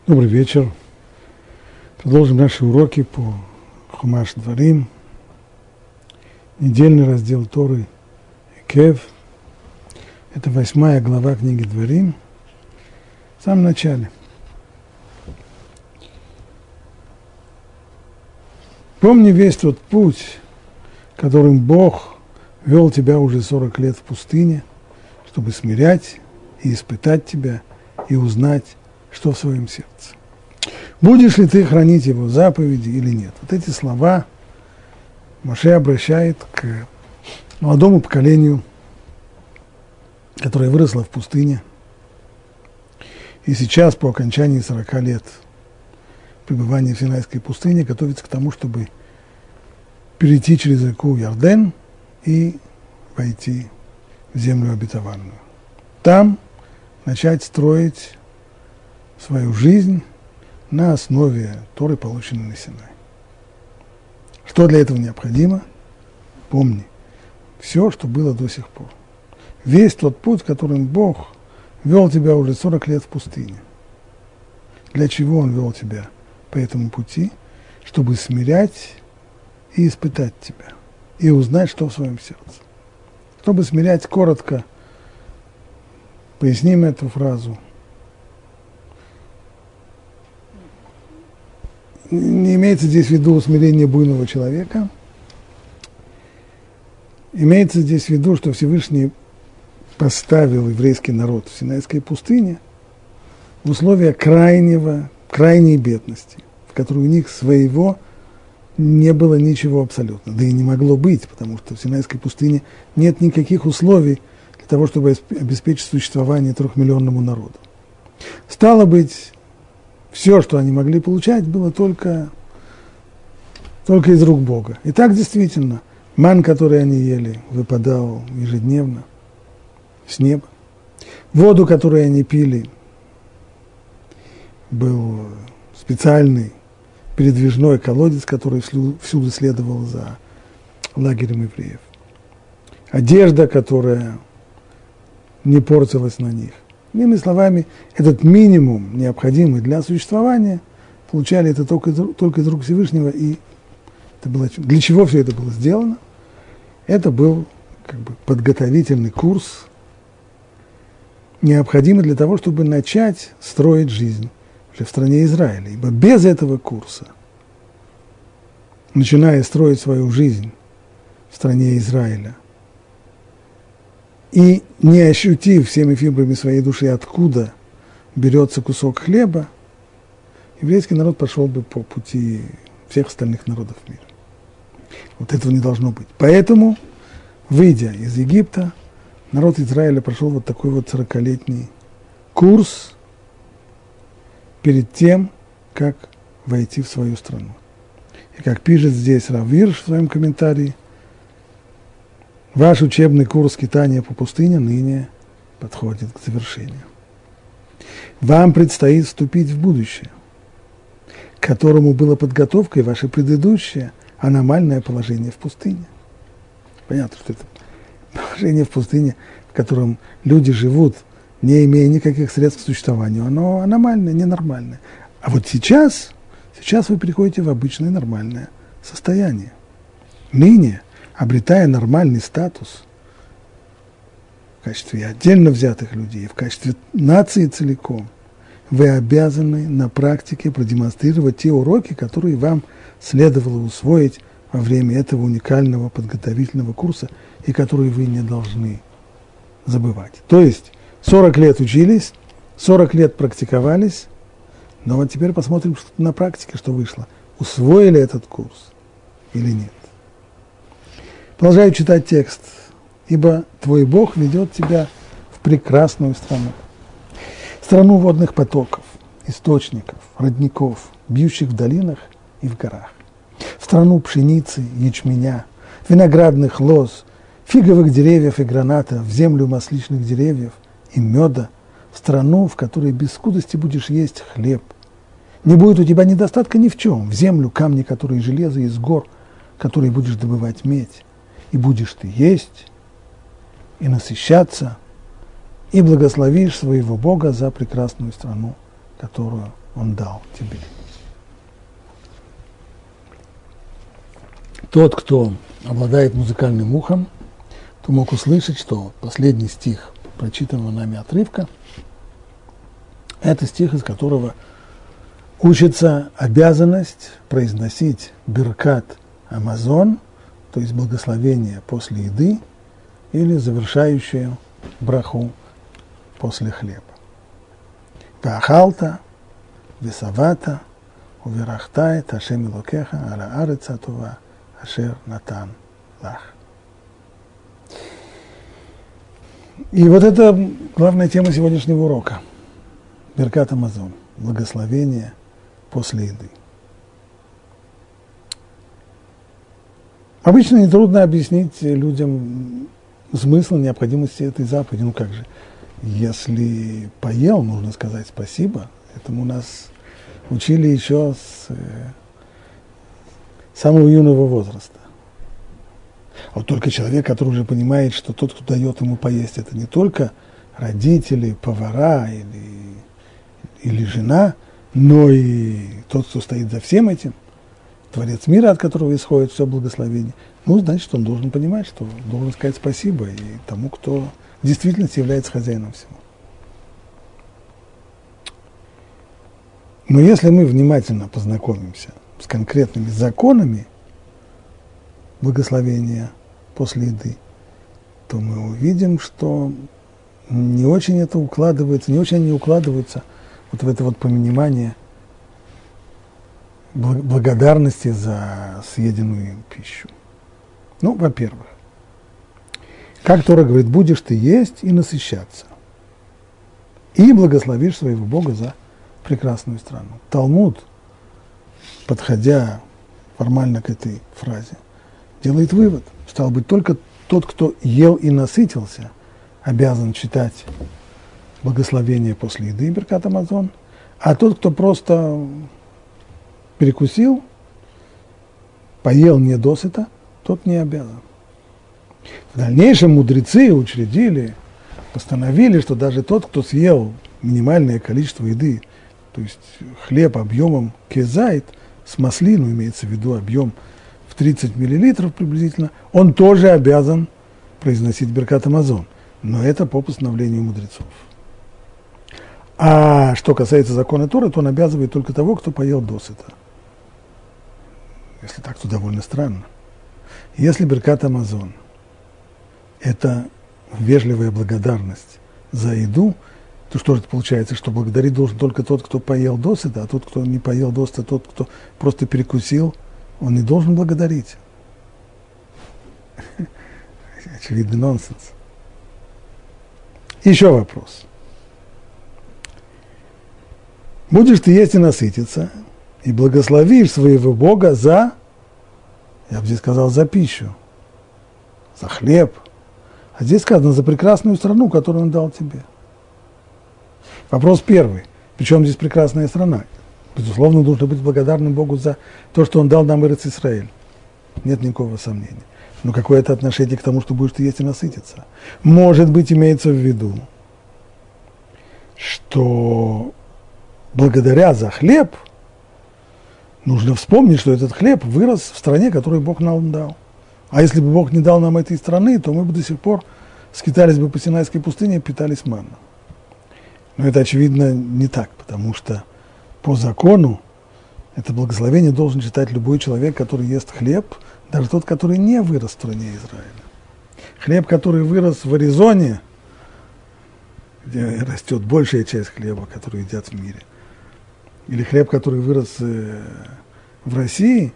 Добрый вечер. Продолжим наши уроки по Хумаш Дварим. Недельный раздел Торы Экев. Это 8 глава книги Дварим. В самом начале. Помни весь тот путь, которым Бог вел тебя уже 40 лет в пустыне, чтобы смирять и испытать тебя и узнать, что в своем сердце. Будешь ли ты хранить его заповеди или нет? Вот эти слова Моше обращает к молодому поколению, которое выросло в пустыне. И сейчас, по окончании 40 лет пребывания в Синайской пустыне, готовится к тому, чтобы перейти через реку Ярден и войти в землю обетованную. Там начать строить свою жизнь на основе Торы, полученной на Синае. Что для этого необходимо? Помни все, что было до сих пор. Весь тот путь, которым Бог вел тебя уже 40 лет в пустыне. Для чего Он вел тебя по этому пути? Чтобы смирять и испытать тебя, и узнать, что в своем сердце. Чтобы смирять, коротко поясним эту фразу. Не имеется здесь в виду смирение буйного человека. Имеется здесь в виду, что Всевышний поставил еврейский народ в Синайской пустыне в условия крайней бедности, в которой у них своего не было ничего абсолютно. Да и не могло быть, потому что в Синайской пустыне нет никаких условий для того, чтобы обеспечить существование 3-миллионному народу. Стало быть, все, что они могли получать, было только из рук Бога. И так действительно, ман, который они ели, выпадал ежедневно с неба. Воду, которую они пили, был специальный передвижной колодец, который всюду следовал за лагерем евреев. Одежда, которая не портилась на них. Иными словами, этот минимум, необходимый для существования, получали это только из рук Всевышнего. И это было, для чего все это было сделано? Это был подготовительный курс, необходимый для того, чтобы начать строить жизнь в стране Израиля. Ибо без этого курса, начиная строить свою жизнь в стране Израиля, и не ощутив всеми фибрами своей души, откуда берется кусок хлеба, еврейский народ пошел бы по пути всех остальных народов мира. Вот этого не должно быть. Поэтому, выйдя из Египта, народ Израиля прошел вот такой вот 40-летний курс перед тем, как войти в свою страну. И как пишет здесь Рав Вирш в своем комментарии, ваш учебный курс скитания по пустыне ныне подходит к завершению. Вам предстоит вступить в будущее, к которому было подготовкой ваше предыдущее аномальное положение в пустыне. Понятно, что это положение в пустыне, в котором люди живут, не имея никаких средств к существованию, оно аномальное, ненормальное. А вот сейчас вы переходите в обычное нормальное состояние. Ныне, обретая нормальный статус в качестве отдельно взятых людей, в качестве нации целиком, вы обязаны на практике продемонстрировать те уроки, которые вам следовало усвоить во время этого уникального подготовительного курса и которые вы не должны забывать. То есть 40 лет учились, 40 лет практиковались, но вот теперь посмотрим на практике, что вышло. Усвоили этот курс или нет? Продолжаю читать текст. «Ибо твой Бог ведет тебя в прекрасную страну, страну водных потоков, источников, родников, бьющих в долинах и в горах, в страну пшеницы, ячменя, виноградных лоз, фиговых деревьев и граната, в землю масличных деревьев и меда, в страну, в которой без скудости будешь есть хлеб. Не будет у тебя недостатка ни в чем, в землю камни, которые железо, из гор, которые будешь добывать медь. И будешь ты есть, и насыщаться, и благословишь своего Бога за прекрасную страну, которую Он дал тебе. Тот, кто обладает музыкальным ухом, то мог услышать, что последний стих прочитанного нами отрывка – это стих, из которого учится обязанность произносить беркат амазон, то есть благословение после еды, или завершающую браху после хлеба. Ваахалта, весавата, уверахтай, ташем элокеха, ала арец атова, ашер натан лах. И вот это главная тема сегодняшнего урока. Беркат амазон, благословение после еды. Обычно нетрудно объяснить людям смысл необходимости этой заповеди. Ну как же, если поел, нужно сказать спасибо. Этому нас учили еще с самого юного возраста. А вот только человек, который уже понимает, что тот, кто дает ему поесть, это не только родители, повара или жена, но и тот, кто стоит за всем этим, Творец мира, от которого исходит все благословение, ну, значит, он должен понимать, что должен сказать спасибо и тому, кто в действительности является хозяином всего. Но если мы внимательно познакомимся с конкретными законами благословения после еды, то мы увидим, что не очень это укладывается, не очень они укладываются вот в это вот понимание благодарности за съеденную пищу. Ну, во-первых, как Тора говорит, будешь ты есть и насыщаться, и благословишь своего Бога за прекрасную страну. Талмуд, подходя формально к этой фразе, делает вывод, стало быть, только тот, кто ел и насытился, обязан читать благословение после еды, беркат амазон, а тот, кто просто перекусил, поел не досыта, тот не обязан. В дальнейшем мудрецы учредили, постановили, что даже тот, кто съел минимальное количество еды, то есть хлеб объемом кезайт, с маслину, имеется в виду объем в 30 мл приблизительно, он тоже обязан произносить беркат амазон. Но это по постановлению мудрецов. А что касается закона Торы, то он обязывает только того, кто поел досыта. Если так, то довольно странно. Если беркат амазон – это вежливая благодарность за еду, то что же это получается, что благодарить должен только тот, кто поел досыта, а тот, кто не поел досыта, тот, кто просто перекусил, он не должен благодарить. Очевидный нонсенс. Еще вопрос. Будешь ты есть и насытиться, и благословишь своего Бога за, я бы здесь сказал, за пищу, за хлеб. А здесь сказано, за прекрасную страну, которую Он дал тебе. Вопрос первый. Причем здесь прекрасная страна? Безусловно, нужно быть благодарным Богу за то, что Он дал нам Эрец Исраэль. Нет никакого сомнения. Но какое это отношение к тому, что будешь ты есть и насытиться? Может быть, имеется в виду, что благодаря за хлеб нужно вспомнить, что этот хлеб вырос в стране, которую Бог нам дал. А если бы Бог не дал нам этой страны, то мы бы до сих пор скитались бы по Синайской пустыне и питались манной. Но это, очевидно, не так, потому что по закону это благословение должен читать любой человек, который ест хлеб, даже тот, который не вырос в стране Израиля. Хлеб, который вырос в Аризоне, где растет большая часть хлеба, который едят в мире, или хлеб, который вырос в России,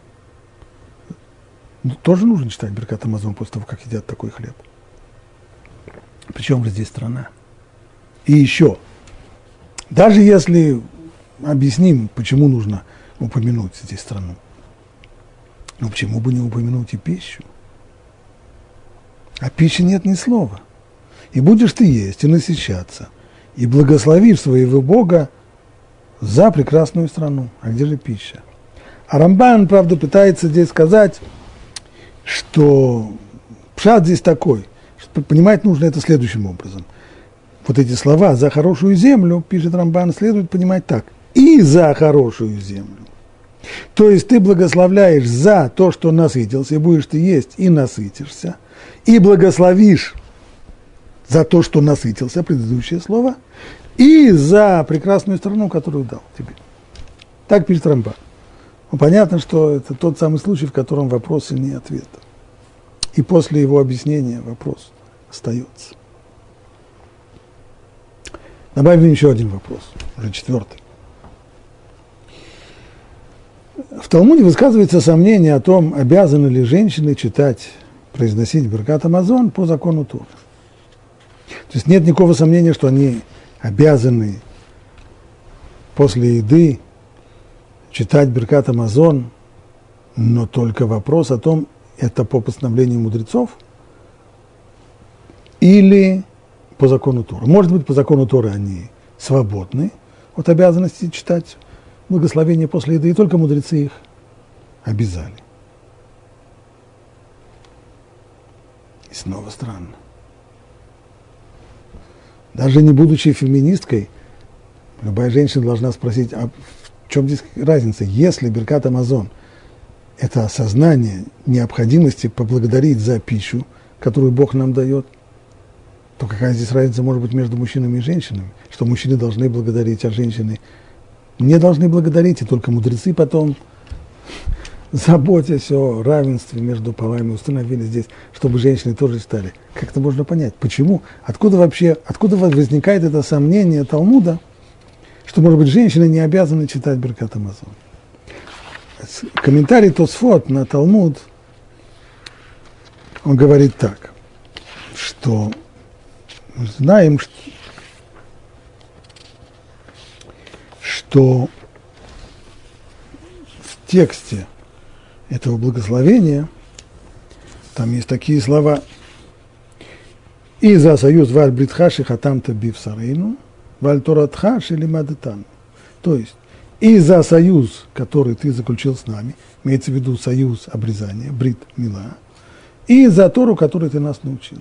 тоже нужно читать беркат амазон после того, как едят такой хлеб. Причем же здесь страна. И еще, даже если объясним, почему нужно упомянуть здесь страну, но почему бы не упомянуть и пищу? О пище нет ни слова. И будешь ты есть и насыщаться, и благословишь своего Бога за прекрасную страну. А где же пища? А Рамбан, правда, пытается здесь сказать, что пшат здесь такой, что понимать нужно это следующим образом. Вот эти слова «за хорошую землю», пишет Рамбан, следует понимать так. и за хорошую землю. То есть ты благословляешь за то, что насытился, и будешь ты есть, и насытишься, и благословишь за то, что насытился, предыдущее слово, и за прекрасную страну, которую дал тебе. Так пишет Рамбам. Ну, понятно, что это тот самый случай, в котором вопрос сильнее ответа. И после его объяснения вопрос остается. Добавим еще один вопрос, уже 4. В Талмуде высказывается сомнение о том, обязаны ли женщины читать, произносить Беркат Амазон по закону Торы. То есть нет никакого сомнения, что они обязаны после еды читать Беркат Амазон, но только вопрос о том, это по постановлению мудрецов или по закону Торы. Может быть, по закону Торы они свободны от обязанности читать благословение после еды, и только мудрецы их обязали. И снова странно. Даже не будучи феминисткой, любая женщина должна спросить, а в чем здесь разница? Если Беркат Амазон – это осознание необходимости поблагодарить за пищу, которую Бог нам дает, то какая здесь разница может быть между мужчинами и женщинами? Что мужчины должны благодарить, а женщины не должны благодарить, и только мудрецы потом, заботясь о равенстве между полами, установили здесь, чтобы женщины тоже читали. Как это можно понять? Почему? Откуда возникает это сомнение Талмуда, что, может быть, женщины не обязаны читать Беркат Амазон? Комментарий Тосфот на Талмуд, он говорит так, что мы знаем, что в тексте этого благословения там есть такие слова: «И за союз валь бритхаши хатамта бив сарейну, валь торатхаши лимадетан». То есть, и за союз, который ты заключил с нами, имеется в виду союз обрезания, брит мила, и за Тору, которую ты нас научил.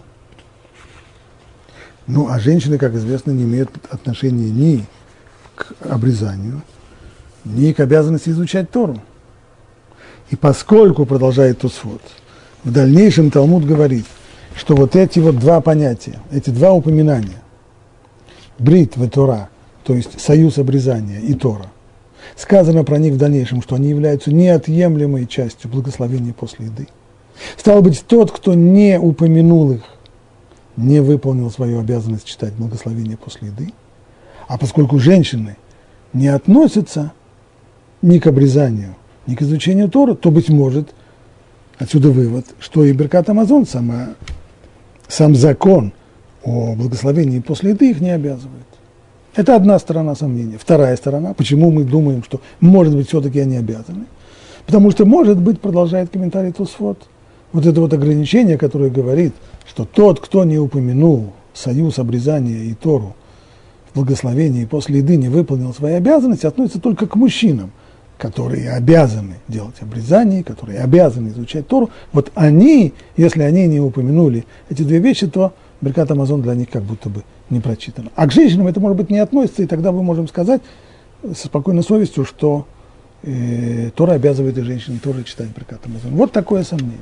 Ну, а женщины, как известно, не имеют отношения ни к обрезанию, ни к обязанности изучать Тору. И поскольку, продолжает Тосфот, в дальнейшем Талмуд говорит, что вот эти вот два понятия, эти два упоминания, брит в Тора, то есть союз обрезания и Тора, сказано про них в дальнейшем, что они являются неотъемлемой частью благословения после еды. Стало быть, тот, кто не упомянул их, не выполнил свою обязанность читать благословение после еды, а поскольку женщины не относятся ни к обрезанию, ни к изучению Торы, то, быть может, отсюда вывод, что и Беркат Амазон, сам закон о благословении после еды их не обязывает. Это одна сторона сомнения. Вторая сторона, почему мы думаем, что, может быть, все-таки они обязаны. Потому что, может быть, продолжает комментарий Тосфот, вот это вот ограничение, которое говорит, что тот, кто не упомянул союз обрезания и Тору в благословении после еды, не выполнил свои обязанности, относится только к мужчинам, которые обязаны делать обрезание, которые обязаны изучать Тору. Вот они, если они не упомянули эти две вещи, то Беркат Амазон для них как будто бы не прочитано. А к женщинам это, может быть, не относится, и тогда мы можем сказать со спокойной совестью, что Тора обязывает и женщин тоже читать Беркат Амазон. Вот такое сомнение.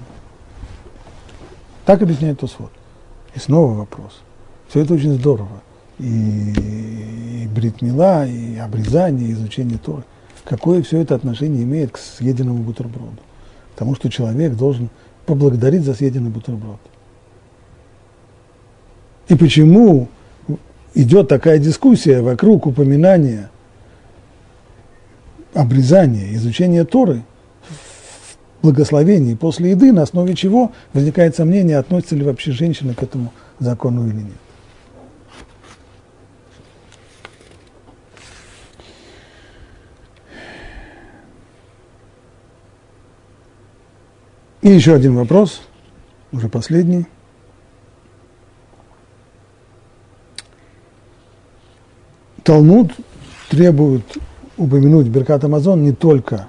Так объясняет Тосфот. И снова вопрос. Все это очень здорово. И брит мила, и обрезание, и изучение Торы. Какое все это отношение имеет к съеденному бутерброду? Потому что человек должен поблагодарить за съеденный бутерброд. И почему идет такая дискуссия вокруг упоминания обрезания, изучения Торы в благословении после еды, на основе чего возникает сомнение, относится ли вообще женщина к этому закону или нет. И еще один вопрос, уже последний. Талмуд требует упомянуть Беркат Амазон не только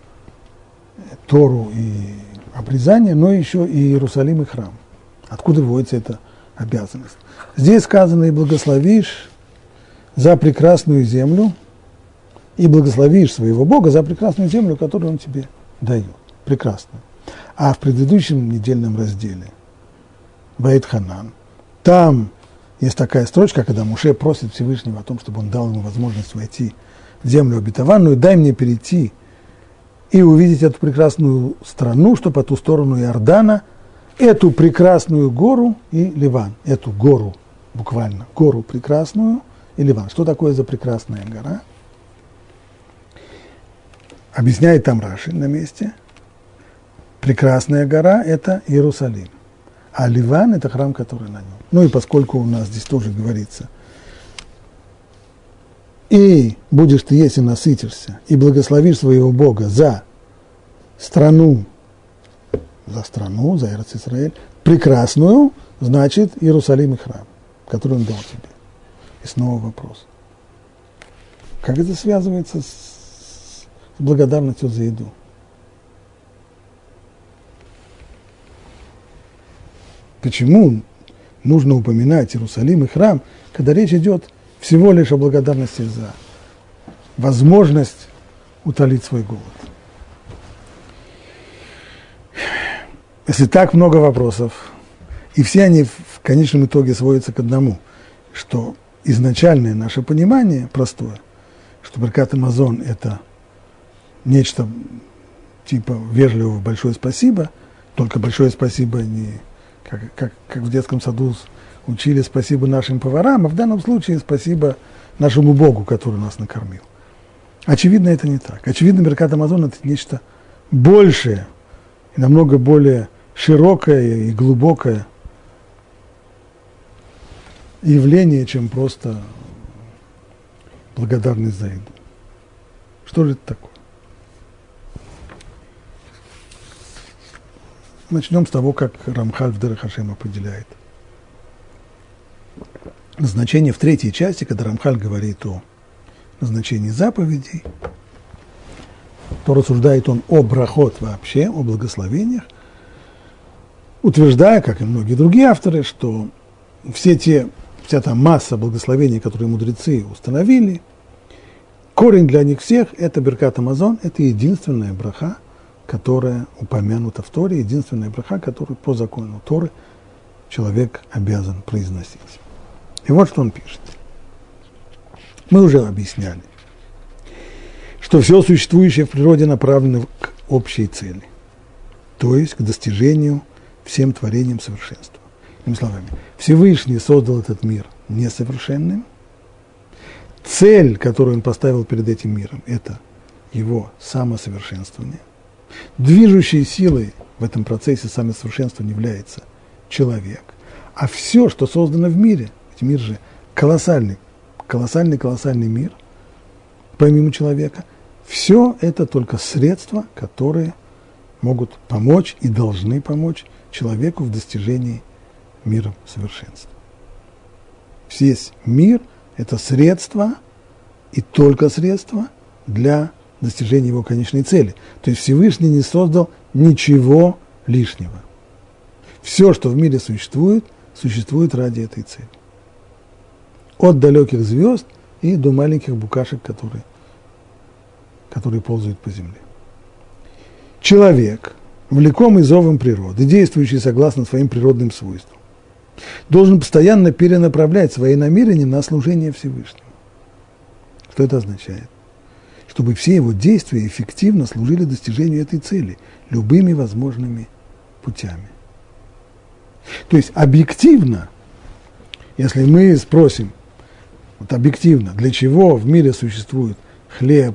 Тору и обрезание, но еще и Иерусалим и храм. Откуда вводится эта обязанность? Здесь сказано: «И благословишь за прекрасную землю и благословишь своего Бога за прекрасную землю, которую Он тебе дает. Прекрасную. А в предыдущем недельном разделе Баэт Ханан, там есть такая строчка, когда Моше просит Всевышнего о том, чтобы он дал ему возможность войти в землю обетованную, дай мне перейти и увидеть эту прекрасную страну, что по ту сторону Иордана, эту прекрасную гору и Ливан. Эту гору, буквально, гору прекрасную и Ливан. Что такое за прекрасная гора? Объясняет там Раши на месте. Прекрасная гора – это Иерусалим, а Ливан – это храм, который на нем. Ну и поскольку у нас здесь тоже говорится, и будешь ты есть и насытишься, и благословишь своего Бога за страну, за Эрец-Исраэль, прекрасную, значит, Иерусалим и храм, который Он дал тебе. И снова вопрос. Как это связывается с благодарностью за еду? Почему нужно упоминать Иерусалим и храм, когда речь идет всего лишь о благодарности за возможность утолить свой голод? Если так много вопросов, и все они в конечном итоге сводятся к одному, что изначальное наше понимание простое, что Беркат Хамазон – это нечто типа вежливого большое спасибо, только большое спасибо не как в детском саду учили спасибо нашим поварам, а в данном случае спасибо нашему Богу, который нас накормил. Очевидно, это не так. Очевидно, Беркат Хамазон – это нечто большее и намного более широкое и глубокое явление, чем просто благодарность за еду. Что же это такое? Начнем с того, как Рамхаль в Дерех Хашем определяет назначение в третьей части, когда Рамхаль говорит о назначении заповедей, то рассуждает он о брахот вообще, о благословениях, утверждая, как и многие другие авторы, что вся та масса благословений, которые мудрецы установили, корень для них всех – это Беркат Хамазон, это единственная браха, которая упомянута в Торе, единственная браха, которую по закону Торы человек обязан произносить. И вот что он пишет. Мы уже объясняли, что все существующее в природе направлено к общей цели, то есть к достижению всем творением совершенства. Иными словами, Всевышний создал этот мир несовершенным. Цель, которую он поставил перед этим миром, это его самосовершенствование. Движущей силой в этом процессе самосовершенствования является человек. А все, что создано в мире, ведь мир же колоссальный мир, помимо человека, все это только средства, которые могут помочь и должны помочь человеку в достижении миром совершенства. Весь мир – это средство и только средство для достижения его конечной цели. То есть Всевышний не создал ничего лишнего. Все, что в мире существует, существует ради этой цели. От далеких звезд и до маленьких букашек, которые ползают по земле. Человек, влекомый зовом природы, действующий согласно своим природным свойствам, должен постоянно перенаправлять свои намерения на служение Всевышнему. Что это означает? Чтобы все его действия эффективно служили достижению этой цели любыми возможными путями. То есть объективно, если мы спросим, вот объективно, для чего в мире существует хлеб,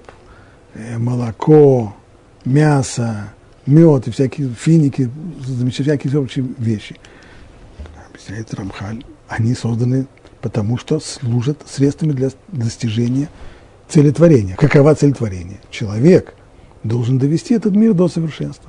молоко, мясо, мед и всякие финики, всякие прочие вещи, объясняет Рамхаль, они созданы потому, что служат средствами для достижения цели творения. Какова цель творения? Человек должен довести этот мир до совершенства.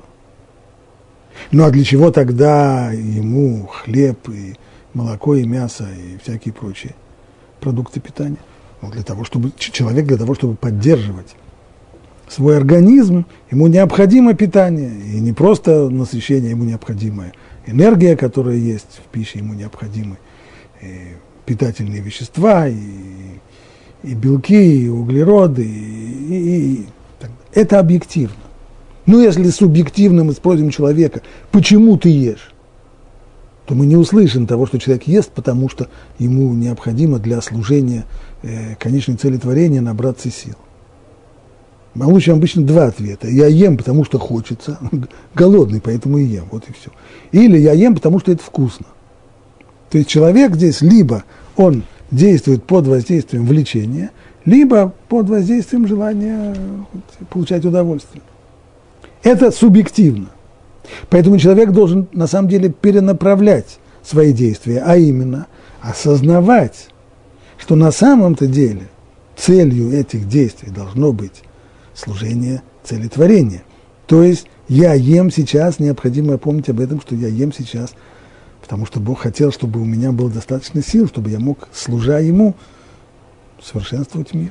Ну а для чего тогда ему хлеб, и молоко, и мясо, и всякие прочие продукты питания? Ну, для того, чтобы поддерживать свой организм, ему необходимо питание. И не просто насыщение, ему необходима энергия, которая есть в пище, ему необходимы питательные вещества, и белки, и углероды, это объективно. Но если субъективно мы спросим человека, почему ты ешь, то мы не услышим того, что человек ест, потому что ему необходимо для служения конечной цели творения набраться сил. Мы получим обычно два ответа. Я ем, потому что хочется, голодный, поэтому и ем, вот и все. Или я ем, потому что это вкусно. То есть человек здесь либо он действует под воздействием влечения, либо под воздействием желания получать удовольствие. Это субъективно. Поэтому человек должен на самом деле перенаправлять свои действия, а именно осознавать, что на самом-то деле целью этих действий должно быть служение цели творения. То есть я ем сейчас, необходимо помнить об этом, что я ем сейчас, потому что Бог хотел, чтобы у меня было достаточно сил, чтобы я мог, служа Ему, совершенствовать мир.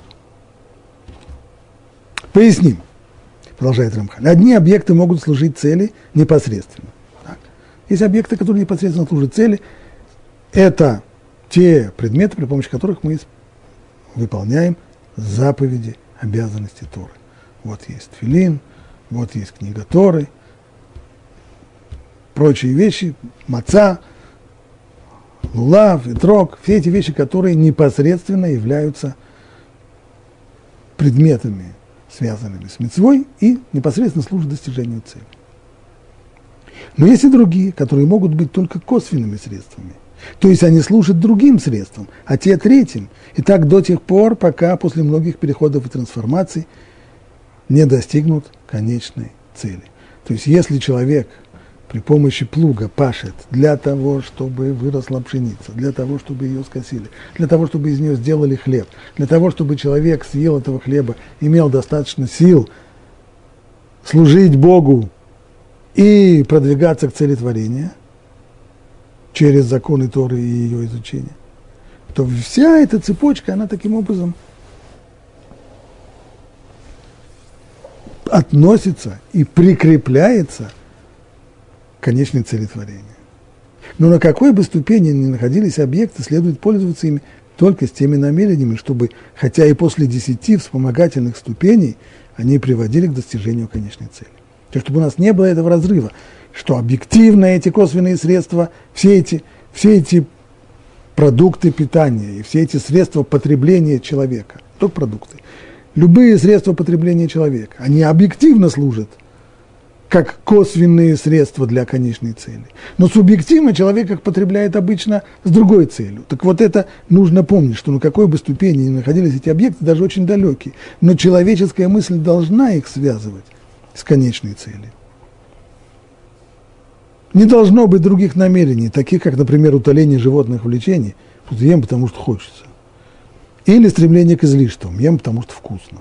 Поясним, продолжает Рамхаль. Одни объекты могут служить цели непосредственно. Так. Есть объекты, которые непосредственно служат цели. Это те предметы, при помощи которых мы выполняем заповеди, обязанности Торы. Вот есть тфилин, вот есть книга Торы, прочие вещи, маца, лулав, итрог, все эти вещи, которые непосредственно являются предметами, связанными с мицвой, и непосредственно служат достижению цели. Но есть и другие, которые могут быть только косвенными средствами. То есть они служат другим средствам, а те третьим. И так до тех пор, пока после многих переходов и трансформаций не достигнут конечной цели. То есть если человек при помощи плуга пашет для того, чтобы выросла пшеница, для того, чтобы ее скосили, для того, чтобы из нее сделали хлеб, для того, чтобы человек съел этого хлеба, имел достаточно сил служить Богу и продвигаться к цели творения через законы Торы и ее изучение, то вся эта цепочка, она таким образом относится и прикрепляется к конечной цели творения. Но на какой бы ступени ни находились объекты, следует пользоваться ими только с теми намерениями, чтобы, хотя и после 10 вспомогательных ступеней, они приводили к достижению конечной цели. То есть, чтобы у нас не было этого разрыва, что объективно эти косвенные средства, все эти продукты питания и все эти средства потребления человека, только продукты, любые средства потребления человека, они объективно служат как косвенные средства для конечной цели. Но субъективно человек их потребляет обычно с другой целью. Так вот это нужно помнить, что на какой бы ступени ни находились эти объекты, даже очень далекие, но человеческая мысль должна их связывать с конечной целью. Не должно быть других намерений, таких как, например, утоление животных влечений, ем, потому что хочется. Или стремление к излишествам, ем, потому что вкусно.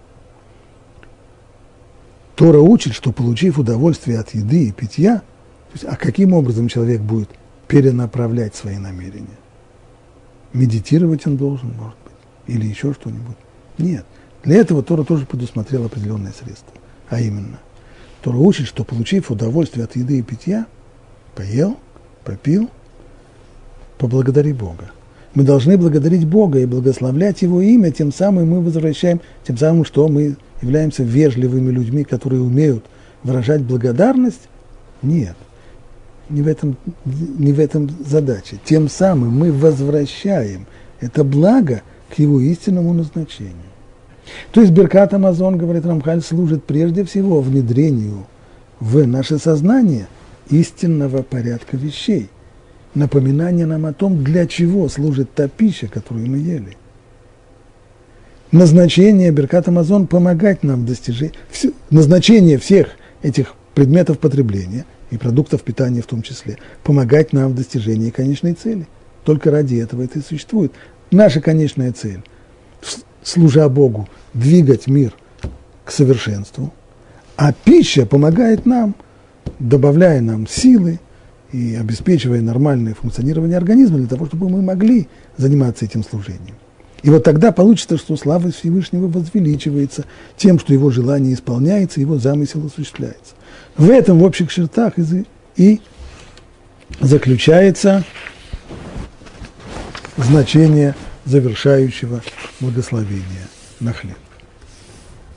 Тора учит, что, получив удовольствие от еды и питья, то есть, а каким образом человек будет перенаправлять свои намерения? Медитировать он должен, может быть, или еще что-нибудь? Нет. Для этого Тора тоже предусмотрела определенные средства. А именно, Тора учит, что, получив удовольствие от еды и питья, поел, попил, поблагодари Бога. Мы должны благодарить Бога и благословлять Его имя, тем самым мы возвращаем, тем самым, что мы являемся вежливыми людьми, которые умеют выражать благодарность. Нет, не в этом задача. Тем самым мы возвращаем это благо к его истинному назначению. То есть Беркат Амазон, говорит Рамхаль, служит прежде всего внедрению в наше сознание истинного порядка вещей. Напоминание нам о том, для чего служит та пища, которую мы ели. Назначение Беркат Амазон помогать нам достижению, назначение всех этих предметов потребления и продуктов питания в том числе, помогать нам в достижении конечной цели. Только ради этого это и существует. Наша конечная цель, служа Богу, двигать мир к совершенству, а пища помогает нам, добавляя нам силы и обеспечивая нормальное функционирование организма для того, чтобы мы могли заниматься этим служением. И вот тогда получится, что слава Всевышнего возвеличивается тем, что его желание исполняется, его замысел осуществляется. В этом, в общих чертах, и заключается значение завершающего благословения на хлеб.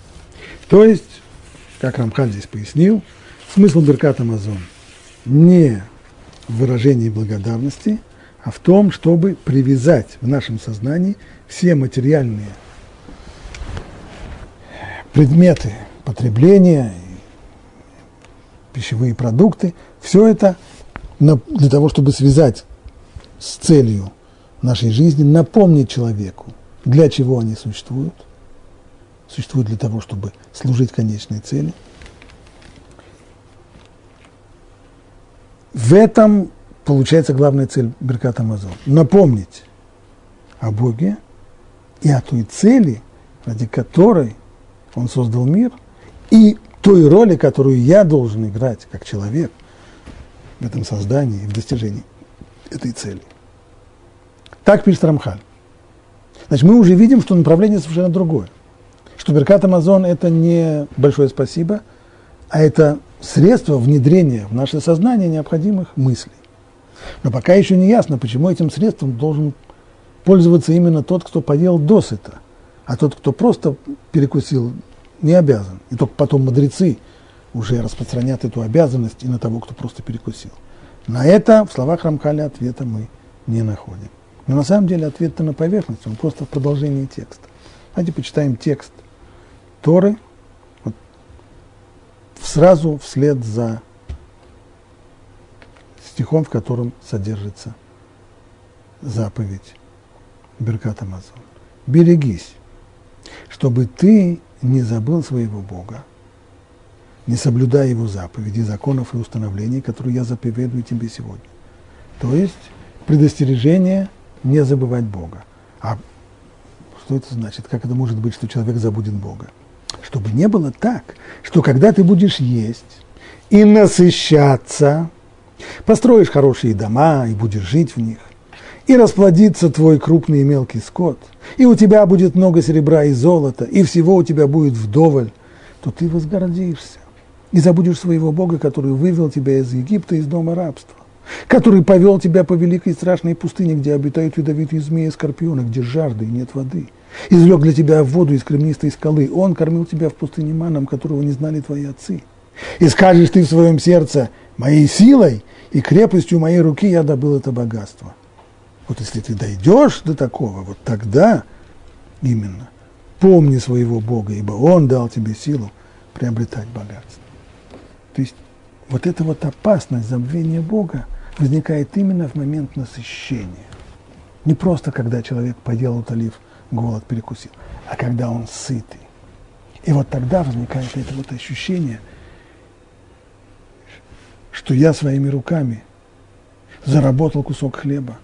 То есть, как Рамхаль здесь пояснил, смысл Беркат Амазон не в выражении благодарности, а в том, чтобы привязать в нашем сознании все материальные предметы потребления, пищевые продукты, все это для того, чтобы связать с целью нашей жизни, напомнить человеку, для чего они существуют. Существуют для того, чтобы служить конечной цели. В этом получается главная цель Беркат Амазон. Напомнить о Боге и о той цели, ради которой Он создал мир, и той роли, которую я должен играть как человек в этом создании и в достижении этой цели. Так пишет Рамхаль. Значит, мы уже видим, что направление совершенно другое. Что Беркат Амазон – это не большое спасибо, а это средство внедрения в наше сознание необходимых мыслей. Но пока еще не ясно, почему этим средством должен пользоваться именно тот, кто поел досыта, а тот, кто просто перекусил, не обязан. И только потом мудрецы уже распространят эту обязанность и на того, кто просто перекусил. На это в словах Рамхаля ответа мы не находим. Но на самом деле ответ-то на поверхности, он просто в продолжении текста. Давайте почитаем текст Торы вот, сразу вслед за стихом, в котором содержится заповедь Беркат Амазон. «Берегись, чтобы ты не забыл своего Бога, не соблюдая Его заповедей, законов и установлений, которые я заповедую тебе сегодня». То есть предостережение не забывать Бога. А что это значит? Как это может быть, что человек забудет Бога? Чтобы не было так, что когда ты будешь есть и насыщаться, построишь хорошие дома и будешь жить в них, и расплодится твой крупный и мелкий скот, и у тебя будет много серебра и золота, и всего у тебя будет вдоволь, то ты возгордишься и забудешь своего Бога, который вывел тебя из Египта, из дома рабства, который повел тебя по великой и страшной пустыне, где обитают ядовитые змеи и скорпионы, где жажды и нет воды, извлек для тебя воду из кремнистой скалы, Он кормил тебя в пустыне маном, которого не знали твои отцы. И скажешь ты в своем сердце: моей силой и крепостью моей руки я добыл это богатство. Вот если ты дойдешь до такого, вот тогда именно помни своего Бога, ибо Он дал тебе силу приобретать богатство. То есть вот эта вот опасность забвения Бога возникает именно в момент насыщения. Не просто когда человек поел, утолив голод, перекусил, а когда он сытый. И вот тогда возникает это вот ощущение, что я своими руками заработал кусок хлеба.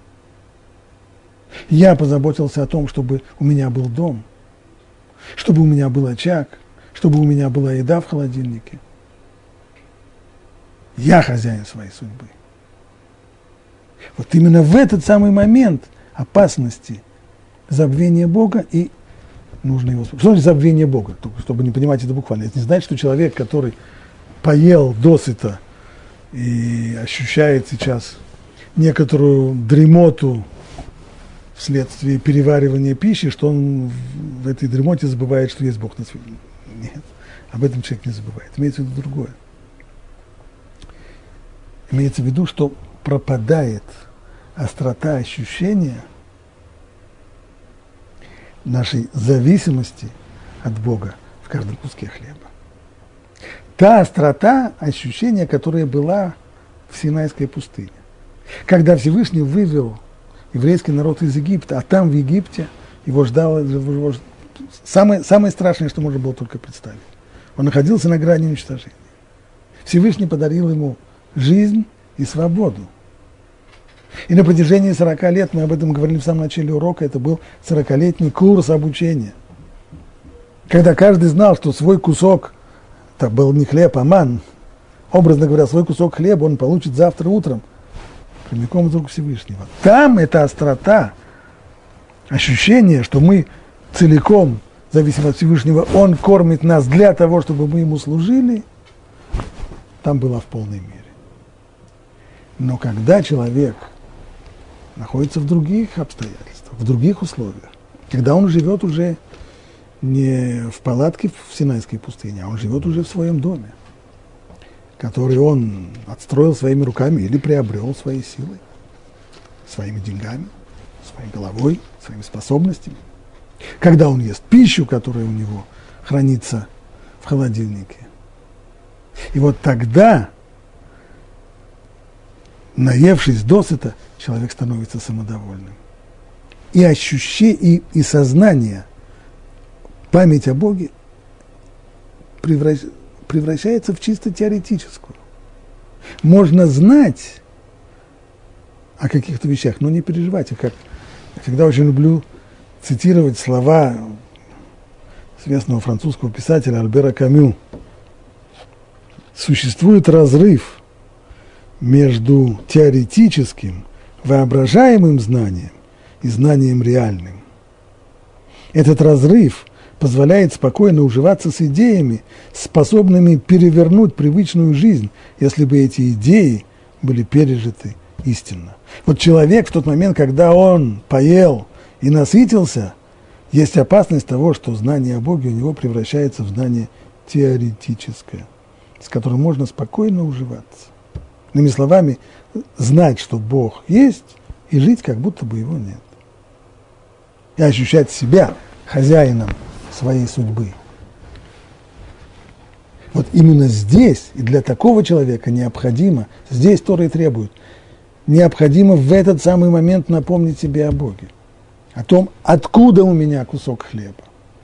Я позаботился о том, чтобы у меня был дом, чтобы у меня был очаг, чтобы у меня была еда в холодильнике. Я хозяин своей судьбы. Вот именно в этот самый момент опасности забвения Бога и нужно его... Что значит забвение Бога? Чтобы не понимать это буквально. Это не значит, что человек, который поел досыта и ощущает сейчас некоторую дремоту вследствие переваривания пищи, что он в этой дремоте забывает, что есть Бог на свете. Нет, об этом человек не забывает. Имеется в виду другое. Имеется в виду, что пропадает острота ощущения нашей зависимости от Бога в каждом куске хлеба. Та острота ощущения, которая была в Синайской пустыне. Когда Всевышний вывел еврейский народ из Египта, а там в Египте его ждало самое страшное, что можно было только представить. Он находился на грани уничтожения. Всевышний подарил ему жизнь и свободу. И на протяжении 40 лет, мы об этом говорили в самом начале урока, это был 40-летний курс обучения. Когда каждый знал, что свой кусок, это был не хлеб, а ман, образно говоря, свой кусок хлеба он получит завтра утром, прямиком из рук Всевышнего. Там эта острота, ощущение, что мы целиком зависим от Всевышнего, Он кормит нас для того, чтобы мы Ему служили, там была в полной мере. Но когда человек находится в других обстоятельствах, в других условиях, когда он живет уже не в палатке в Синайской пустыне, а он живет уже в своем доме, который он отстроил своими руками или приобрел своей силой, своими деньгами, своей головой, своими способностями. Когда он ест пищу, которая у него хранится в холодильнике. И вот тогда, наевшись досыта, человек становится самодовольным. И ощущение, и сознание, память о Боге превращается в чисто теоретическую. Можно знать о каких-то вещах, но не переживать. Я всегда очень люблю цитировать слова известного французского писателя Альбера Камю. Существует разрыв между теоретическим, воображаемым знанием и знанием реальным. Этот разрыв позволяет спокойно уживаться с идеями, способными перевернуть привычную жизнь, если бы эти идеи были пережиты истинно. Вот человек в тот момент, когда он поел и насытился, есть опасность того, что знание о Боге у него превращается в знание теоретическое, с которым можно спокойно уживаться. Иными словами, знать, что Бог есть, и жить, как будто бы его нет. И ощущать себя хозяином своей судьбы. Вот именно здесь, и для такого человека необходимо, здесь Тора и требует, необходимо в этот самый момент напомнить себе о Боге, о том, откуда у меня кусок хлеба,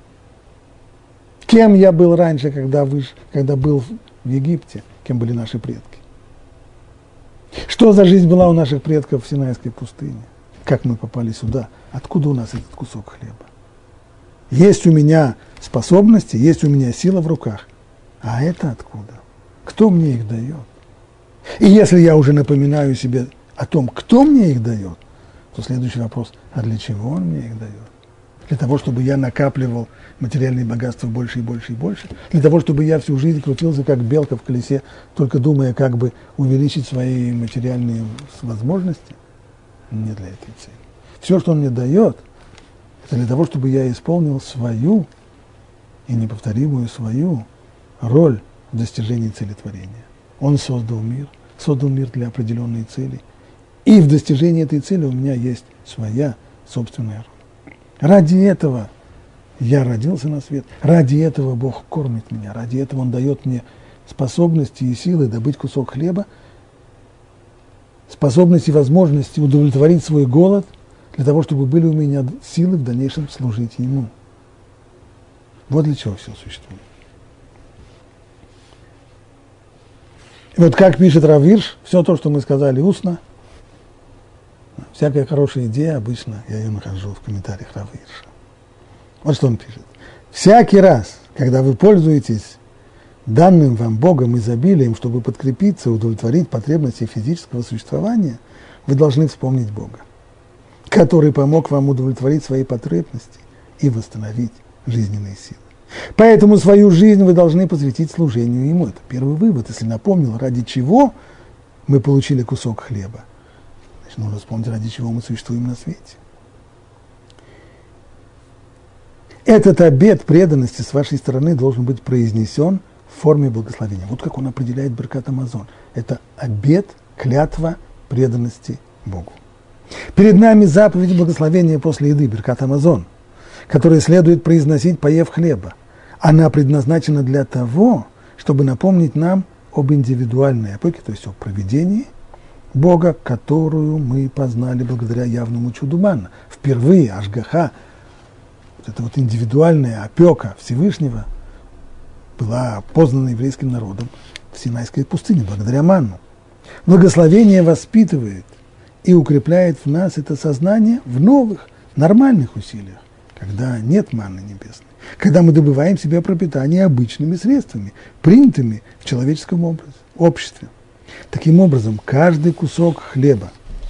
кем я был раньше, когда был в Египте, кем были наши предки, что за жизнь была у наших предков в Синайской пустыне, как мы попали сюда, откуда у нас этот кусок хлеба. Есть у меня способности, есть у меня сила в руках, а это откуда? Кто мне их дает? И если я уже напоминаю себе о том, кто мне их дает, то следующий вопрос, а для чего он мне их дает? Для того, чтобы я накапливал материальные богатства больше и больше и больше? Для того, чтобы я всю жизнь крутился, как белка в колесе, только думая, как бы увеличить свои материальные возможности? Не для этой цели. Все, что он мне дает, это для того, чтобы я исполнил свою и неповторимую свою роль в достижении цели творения. Он создал мир для определенной цели. И в достижении этой цели у меня есть своя собственная роль. Ради этого я родился на свет, ради этого Бог кормит меня, ради этого Он дает мне способности и силы добыть кусок хлеба, способности и возможности удовлетворить свой голод, для того, чтобы были у меня силы в дальнейшем служить Ему. Вот для чего все существует. И вот как пишет Рав Ирш, все то, что мы сказали устно, всякая хорошая идея, обычно я ее нахожу в комментариях Рава Ирша. Вот что он пишет. Всякий раз, когда вы пользуетесь данным вам Богом изобилием, чтобы подкрепиться, удовлетворить потребности физического существования, вы должны вспомнить Бога, который помог вам удовлетворить свои потребности и восстановить жизненные силы. Поэтому свою жизнь вы должны посвятить служению Ему. Это первый вывод. Если напомнил, ради чего мы получили кусок хлеба, значит, нужно вспомнить, ради чего мы существуем на свете. Этот обет преданности с вашей стороны должен быть произнесен в форме благословения. Вот как он определяет Беркат Амазон. Это обет, клятва преданности Богу. Перед нами заповедь благословения после еды, Беркат Амазон, которую следует произносить, поев хлеба. Она предназначена для того, чтобы напомнить нам об индивидуальной опеке, то есть о провидении Бога, которую мы познали благодаря явному чуду манна. Впервые Ашгаха, вот эта вот индивидуальная опека Всевышнего, была познана еврейским народом в Синайской пустыне, благодаря манну. Благословение воспитывает и укрепляет в нас это сознание в новых, нормальных усилиях, когда нет манны небесной, когда мы добываем себе пропитание обычными средствами, принятыми в человеческом обществе. Таким образом, каждый кусок хлеба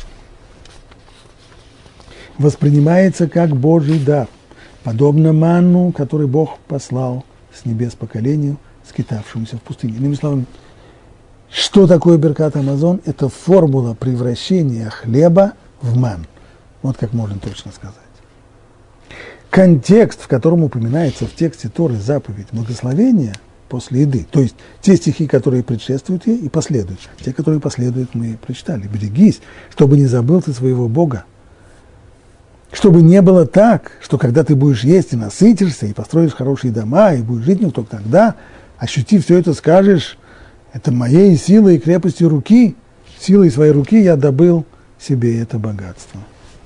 воспринимается как Божий дар, подобно манну, который Бог послал с небес поколению, скитавшемуся в пустыне. Иными словами, что такое Беркат Амазон? Это формула превращения хлеба в ман. Вот как можно точно сказать. контекст, в котором упоминается в тексте Торы заповедь благословения после еды, то есть те стихи, которые предшествуют ей и последуют, те, которые последуют, мы прочитали. Берегись, чтобы не забыл ты своего Бога, чтобы не было так, что когда ты будешь есть и насытишься, и построишь хорошие дома, и будешь жить в них, только тогда, ощутив все это, скажешь, это моей силой и крепостью руки, силой своей руки я добыл себе это богатство.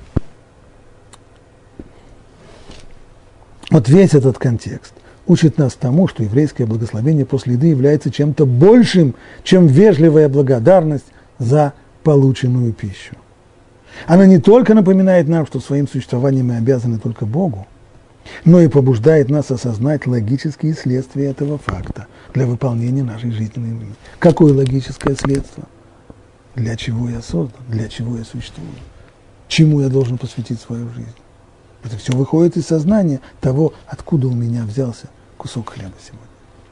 Вот весь этот контекст учит нас тому, что еврейское благословение после еды является чем-то большим, чем вежливая благодарность за полученную пищу. Она не только напоминает нам, что своим существованием мы обязаны только Богу, но и побуждает нас осознать логические следствия этого факта для выполнения нашей жизненной жизни. Какое логическое следствие? Для чего я создан? Для чего я существую? Чему я должен посвятить свою жизнь? Это все выходит из сознания того, откуда у меня взялся кусок хлеба сегодня.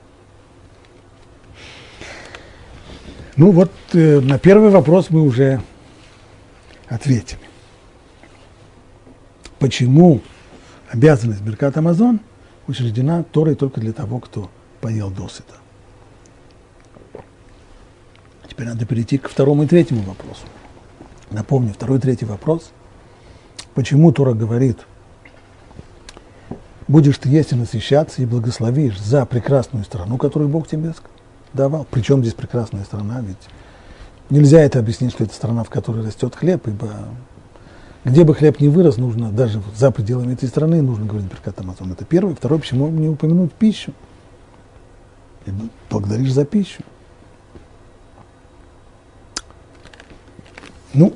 Ну вот, на первый вопрос мы уже ответили. Почему обязанность Беркат Амазон учреждена Торой только для того, кто поел досыта? Теперь надо перейти к второму и третьему вопросу. Напомню, второй и третий вопрос. Почему Тора говорит, будешь ты есть и насыщаться, и благословишь за прекрасную страну, которую Бог тебе давал. Причем здесь прекрасная страна, ведь нельзя это объяснить, что это страна, в которой растет хлеб, ибо где бы хлеб ни вырос, нужно, даже за пределами этой страны, нужно говорить Беркат Амазон. Это первое. Второе, почему не упомянуть пищу? И благодаришь за пищу. Ну,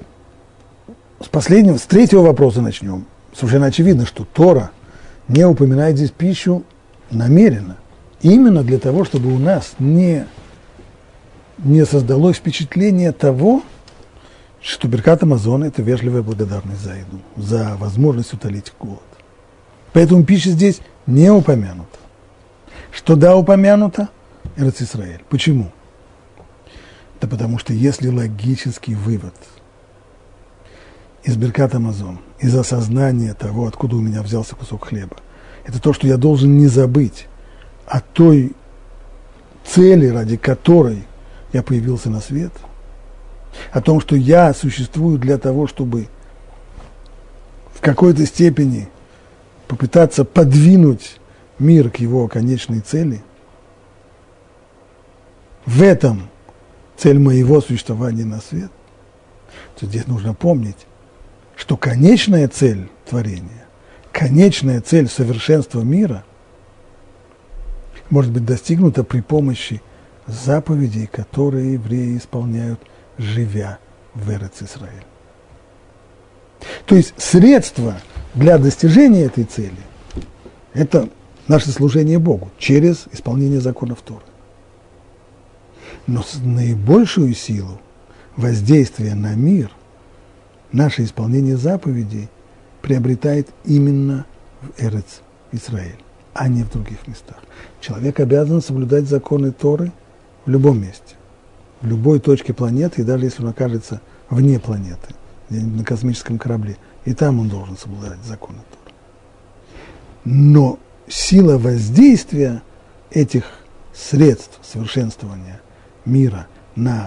с третьего вопроса начнем. Совершенно очевидно, что Тора не упоминает здесь пищу намеренно. Именно для того, чтобы у нас не создалось впечатление того, что Беркат Амазон – это вежливая благодарность за еду, за возможность утолить голод. Поэтому пища здесь не упомянута. Что да упомянуто – Эрец Исраэль. Почему? Да потому что если логический вывод из Беркат Амазон, из осознания того, откуда у меня взялся кусок хлеба, это то, что я должен не забыть о той цели, ради которой я появился на свет, о том, что я существую для того, чтобы в какой-то степени попытаться подвинуть мир к его конечной цели. В этом цель моего существования на свет. То здесь нужно помнить, что конечная цель творения, конечная цель совершенства мира может быть достигнута при помощи заповедей, которые евреи исполняют, живя в Эрец Исраэль. То есть средство для достижения этой цели – это наше служение Богу через исполнение законов Торы. Но наибольшую силу воздействия на мир наше исполнение заповедей приобретает именно в Эрец Исраэль, а не в других местах. Человек обязан соблюдать законы Торы в любом месте, в любой точке планеты, и даже если он окажется вне планеты, на космическом корабле, и там он должен соблюдать законы Торы. Но сила воздействия этих средств совершенствования мира на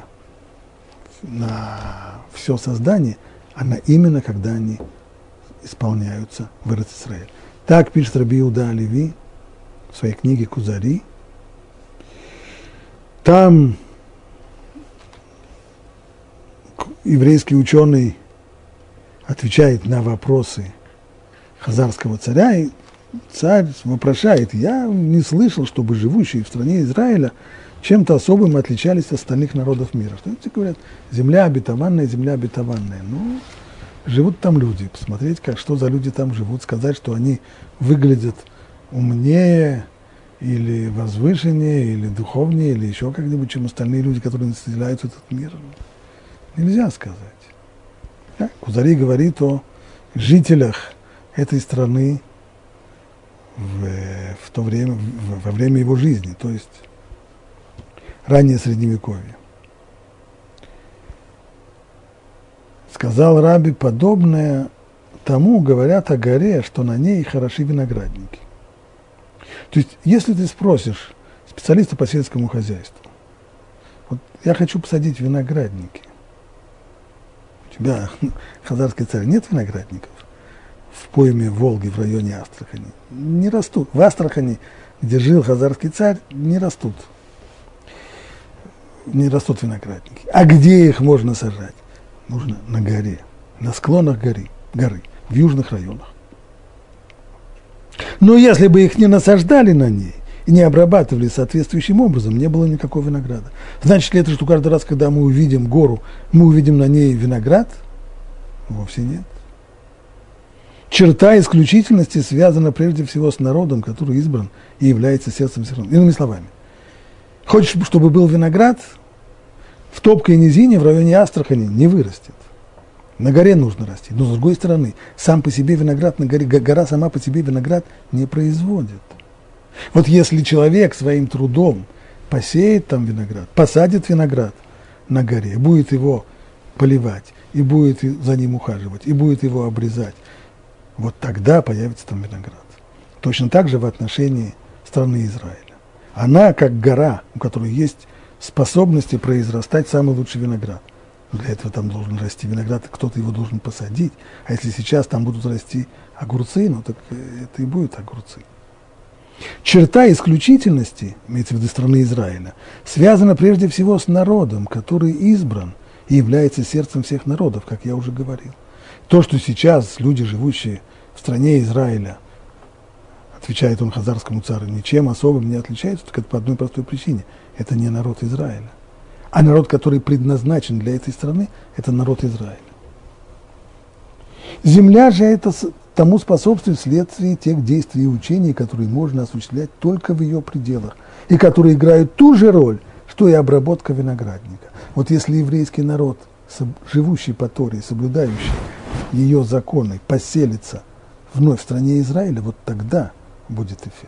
все создание, она именно когда они исполняются в Эрец Исраэль. Так пишет Раби Иуда а-Леви в своей книге «Кузари». Там еврейский ученый отвечает на вопросы хазарского царя, и царь вопрошает: я не слышал, чтобы живущие в стране Израиля чем-то особым отличались от остальных народов мира. Что они говорят? Земля обетованная, земля обетованная. Ну, живут там люди, посмотреть, что за люди там живут, сказать, что они выглядят умнее или возвышеннее, или духовнее, или еще как-нибудь, чем остальные люди, которые населяют этот мир. Нельзя сказать. Да? Кузари говорит о жителях этой страны в то время, во время его жизни, то есть раннее Средневековье. Сказал Раби, подобное тому говорят о горе, что на ней хороши виноградники. То есть, если ты спросишь специалиста по сельскому хозяйству, вот я хочу посадить виноградники, у тебя, хазарский царь, нет виноградников в пойме Волги в районе Астрахани? Не растут. В Астрахани, где жил хазарский царь, не растут виноградники. А где их можно сажать? Нужно на горе, на склонах горы, в южных районах. Но если бы их не насаждали на ней и не обрабатывали соответствующим образом, не было никакого винограда. Значит ли это, что каждый раз, когда мы увидим гору, мы увидим на ней виноград? Вовсе нет. Черта исключительности связана прежде всего с народом, который избран и является сердцем всех народов. Иными словами, хочешь, чтобы был виноград, в топкой низине в районе Астрахани не вырастет. На горе нужно расти. Но с другой стороны, сам по себе виноград на горе, гора сама по себе виноград не производит. Вот если человек своим трудом посеет там виноград, посадит виноград на горе, будет его поливать, и будет за ним ухаживать, и будет его обрезать, вот тогда появится там виноград. Точно так же в отношении страны Израиля. Она, как гора, у которой есть способности произрастать самый лучший виноград. Но для этого там должен расти виноград, кто-то его должен посадить. А если сейчас там будут расти огурцы, ну так это и будут огурцы. Черта исключительности, имеется в виду страны Израиля, связана прежде всего с народом, который избран и является сердцем всех народов, как я уже говорил. То, что сейчас люди, живущие в стране Израиля, отвечает он хазарскому царю, ничем особым не отличается, только это по одной простой причине. Это не народ Израиля. А народ, который предназначен для этой страны, это народ Израиля. Земля же это тому способствует вследствие тех действий и учений, которые можно осуществлять только в ее пределах, и которые играют ту же роль, что и обработка виноградника. Вот если еврейский народ, живущий по Торе, соблюдающий ее законы, поселится вновь в стране Израиля, вот тогда будет эффект.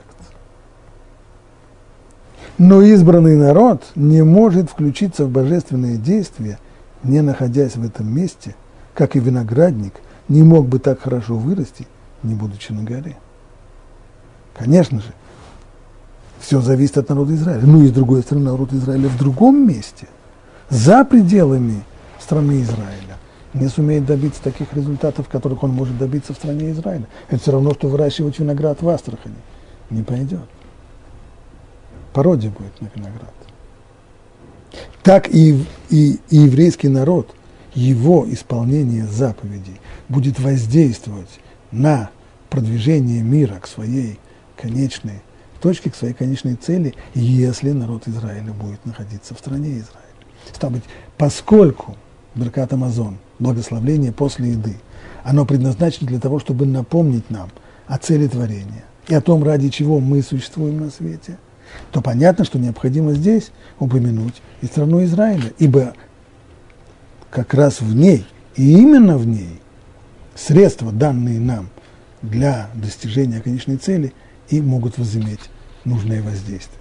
Но избранный народ не может включиться в божественные действия, не находясь в этом месте, как и виноградник не мог бы так хорошо вырасти, не будучи на горе. Конечно же, все зависит от народа Израиля. Ну и с другой стороны, народ Израиля в другом месте, за пределами страны Израиля, не сумеет добиться таких результатов, которых он может добиться в стране Израиля. Это все равно, что выращивать виноград в Астрахани. Не пойдет. Пародия будет на виноград. Так и еврейский народ, его исполнение заповедей будет воздействовать на продвижение мира к своей конечной точке, к своей конечной цели, если народ Израиля будет находиться в стране Израиля. Стало быть, поскольку Беркат Амазон, благословление после еды, оно предназначено для того, чтобы напомнить нам о цели творения и о том, ради чего мы существуем на свете, то понятно, что необходимо здесь упомянуть и страну Израиля, ибо как раз в ней, и именно в ней, средства, данные нам для достижения конечной цели, и могут возыметь нужное воздействие.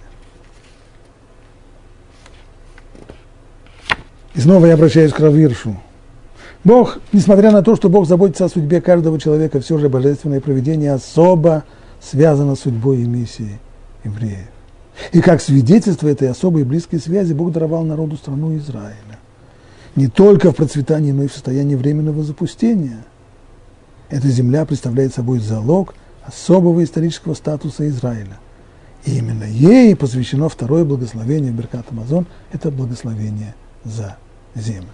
И снова я обращаюсь к Рав Иршу. Бог, несмотря на то, что Бог заботится о судьбе каждого человека, все же божественное провидение особо связано с судьбой и миссией евреев. И как свидетельство этой особой и близкой связи Бог даровал народу страну Израиля. Не только в процветании, но и в состоянии временного запустения. Эта земля представляет собой залог особого исторического статуса Израиля. И именно ей посвящено второе благословение Беркат Амазон, это благословение за землю.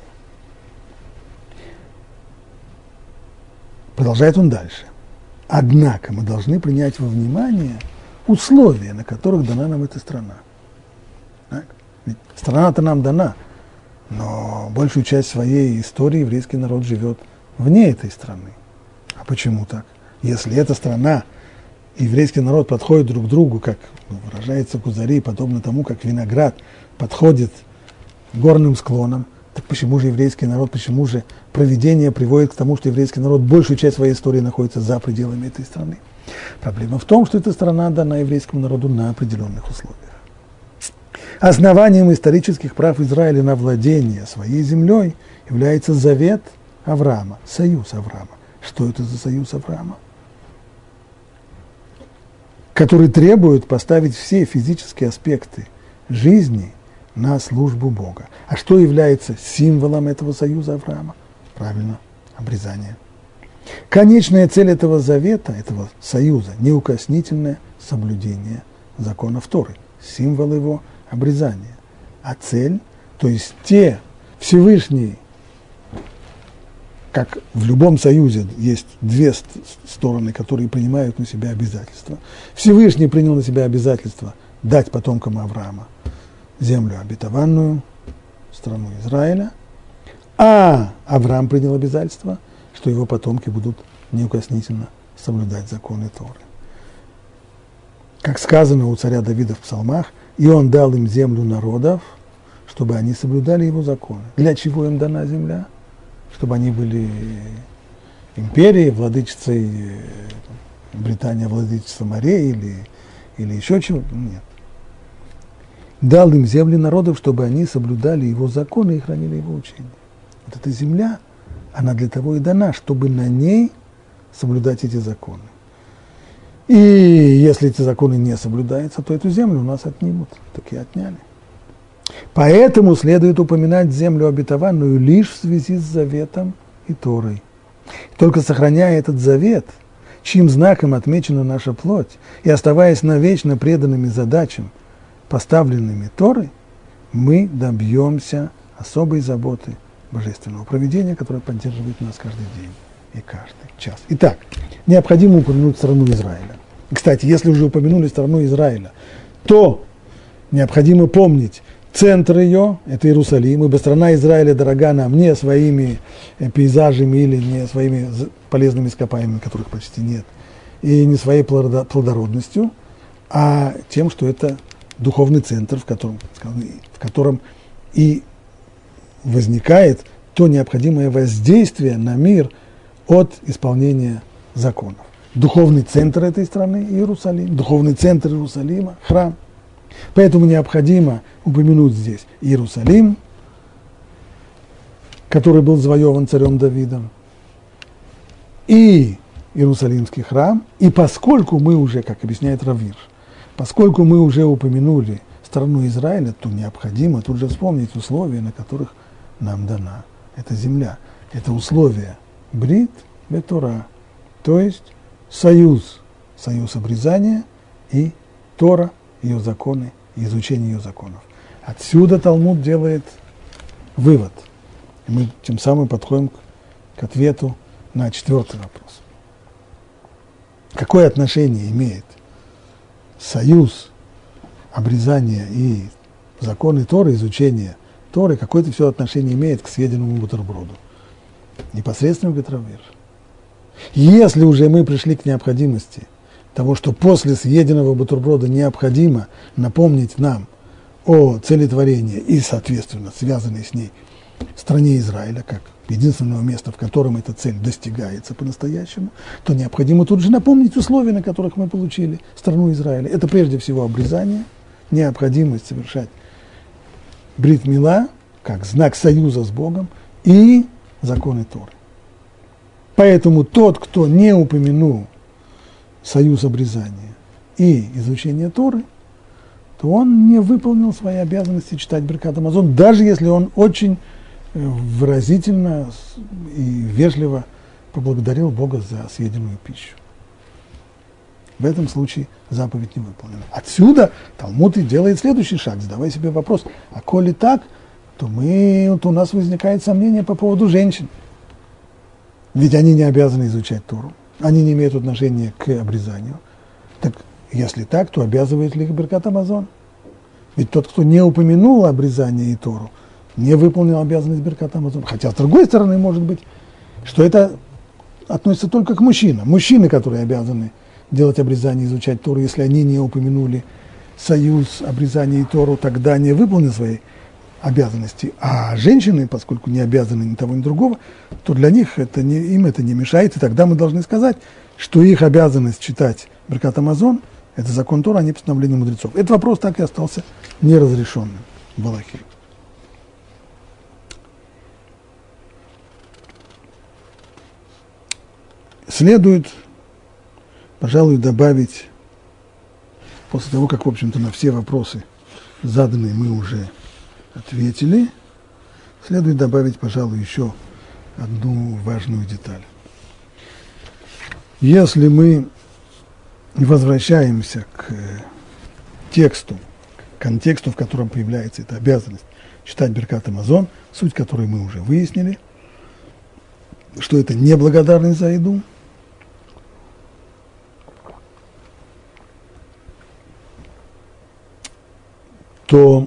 Продолжает он дальше. Однако мы должны принять во внимание условия, на которых дана нам эта страна. Так? Ведь страна-то нам дана, но большую часть своей истории еврейский народ живет вне этой страны. А почему так? Если эта страна и еврейский народ подходят друг к другу, как выражается Кузари, подобно тому, как виноград подходит к горным склонам, так почему же еврейский народ, почему же провидение приводит к тому, что еврейский народ большую часть своей истории находится за пределами этой страны? Проблема в том, что эта страна дана еврейскому народу на определенных условиях. Основанием исторических прав Израиля на владение своей землей является завет Авраама, союз Авраама. что это за союз Авраама, который требует поставить все физические аспекты жизни на службу Бога. А что является символом этого союза Авраама? Правильно, обрезание. Конечная цель этого завета, этого союза, неукоснительное соблюдение законов Торы, символ его обрезания. А цель, то есть те Всевышний, как в любом союзе есть две стороны, которые принимают на себя обязательства. Всевышний принял на себя обязательство дать потомкам Авраама землю обетованную, страну Израиля, а Авраам принял обязательство, что его потомки будут неукоснительно соблюдать законы Торы. Как сказано у царя Давида в псалмах, и он дал им землю народов, чтобы они соблюдали его законы. Для чего им дана земля? Чтобы они были империей, владычицей, Британия владычица морей или еще чего? Нет. Дал им земли народов, чтобы они соблюдали его законы и хранили его учения. Вот эта земля, она для того и дана, чтобы на ней соблюдать эти законы. И если эти законы не соблюдаются, то эту землю у нас отнимут. Так и отняли. Поэтому следует упоминать землю обетованную лишь в связи с заветом и Торой. Только сохраняя этот завет, чьим знаком отмечена наша плоть, и оставаясь навечно преданными задачам, поставленными Торой, мы добьемся особой заботы божественного провидения, которое поддерживает нас каждый день и каждый час. Итак, необходимо упомянуть страну Израиля. Кстати, если уже упомянули страну Израиля, то необходимо помнить центр ее, это Иерусалим, ибо страна Израиля дорога нам не своими пейзажами или не своими полезными ископаемыми, которых почти нет, и не своей плодородностью, а тем, что это духовный центр, в котором и возникает то необходимое воздействие на мир от исполнения законов. Духовный центр этой страны – Иерусалим, духовный центр Иерусалима – храм. Поэтому необходимо упомянуть здесь Иерусалим, который был завоеван царем Давидом, и Иерусалимский храм. И поскольку мы уже, как объясняет Рав Ирш, поскольку мы уже упомянули страну Израиля, то необходимо тут же вспомнить условия, на которых нам дана эта земля. Это условия брит бе-Тора, то есть союз обрезания и Тора, ее законы, и изучение ее законов. Отсюда Талмуд делает вывод. И мы тем самым подходим к ответу на четвертый вопрос. Какое отношение имеет союз обрезания и законы Торы, изучение Торы, какое-то все отношение имеет к съеденному бутерброду? Непосредственно говорит Рав Ирш. Если уже мы пришли к необходимости того, что после съеденного бутерброда необходимо напомнить нам о цели творения и, соответственно, связанной с ней стране Израиля, как единственного места, в котором эта цель достигается по-настоящему, то необходимо тут же напомнить условия, на которых мы получили страну Израиля. Это прежде всего обрезание, необходимость совершать брит мила, как знак союза с Богом, и законы Торы. Поэтому тот, кто не упомянул союз обрезания и изучение Торы, то он не выполнил свои обязанности читать Беркат Амазон, даже если он очень выразительно и вежливо поблагодарил Бога за съеденную пищу. В этом случае заповедь не выполнена. Отсюда Талмуд и делает следующий шаг, задавая себе вопрос, а коли так, то у нас возникает сомнение по поводу женщин. Ведь они не обязаны изучать Тору, они не имеют отношения к обрезанию. Так если так, то обязывает ли их Беркат Амазон? Ведь тот, кто не упомянул обрезание и Тору, не выполнил обязанность Беркат Амазон. Хотя, с другой стороны, может быть, что это относится только к мужчинам. Мужчины, которые обязаны делать обрезание и изучать Тору, если они не упомянули союз обрезания и Тору, тогда не выполнили свои обязанности. А женщины, поскольку не обязаны ни того, ни другого, то для них им это не мешает. И тогда мы должны сказать, что их обязанность читать Беркат Амазон – это закон Тора, а не постановление мудрецов. Этот вопрос так и остался неразрешенным в Алахе. следует, пожалуй, добавить, после того, как, в общем-то, на все вопросы, заданные, мы уже ответили, следует добавить, пожалуй, еще одну важную деталь. Если мы возвращаемся к тексту, к контексту, в котором появляется эта обязанность читать Беркат Амазон, суть которой мы уже выяснили, что это не благодарность за еду, то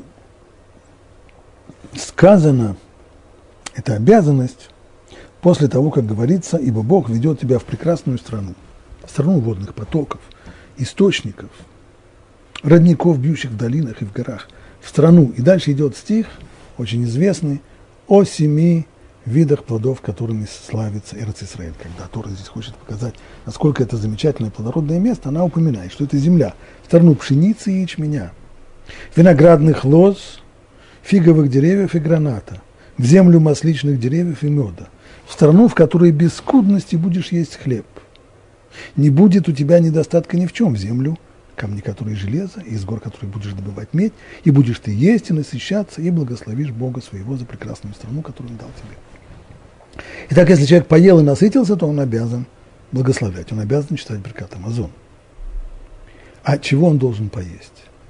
сказано, эта обязанность после того, как говорится, ибо Бог ведет тебя в прекрасную страну, страну водных потоков, источников, родников, бьющих в долинах и в горах, в страну. И дальше идет стих, очень известный, о 7 видах плодов, которыми славится Эрец-Исраэль. Когда Тора здесь хочет показать, насколько это замечательное плодородное место, она упоминает, что это земля, страну пшеницы и ячменя, виноградных лоз, фиговых деревьев и граната, в землю масличных деревьев и меда, в страну, в которой без скудности будешь есть хлеб. Не будет у тебя недостатка ни в чем, в землю, камни, которые железо, и из гор, которые будешь добывать медь, и будешь ты есть и насыщаться, и благословишь Бога своего за прекрасную страну, которую Он дал тебе. Итак, если человек поел и насытился, то он обязан благословлять, он обязан читать Беркат Амазон. А чего он должен поесть?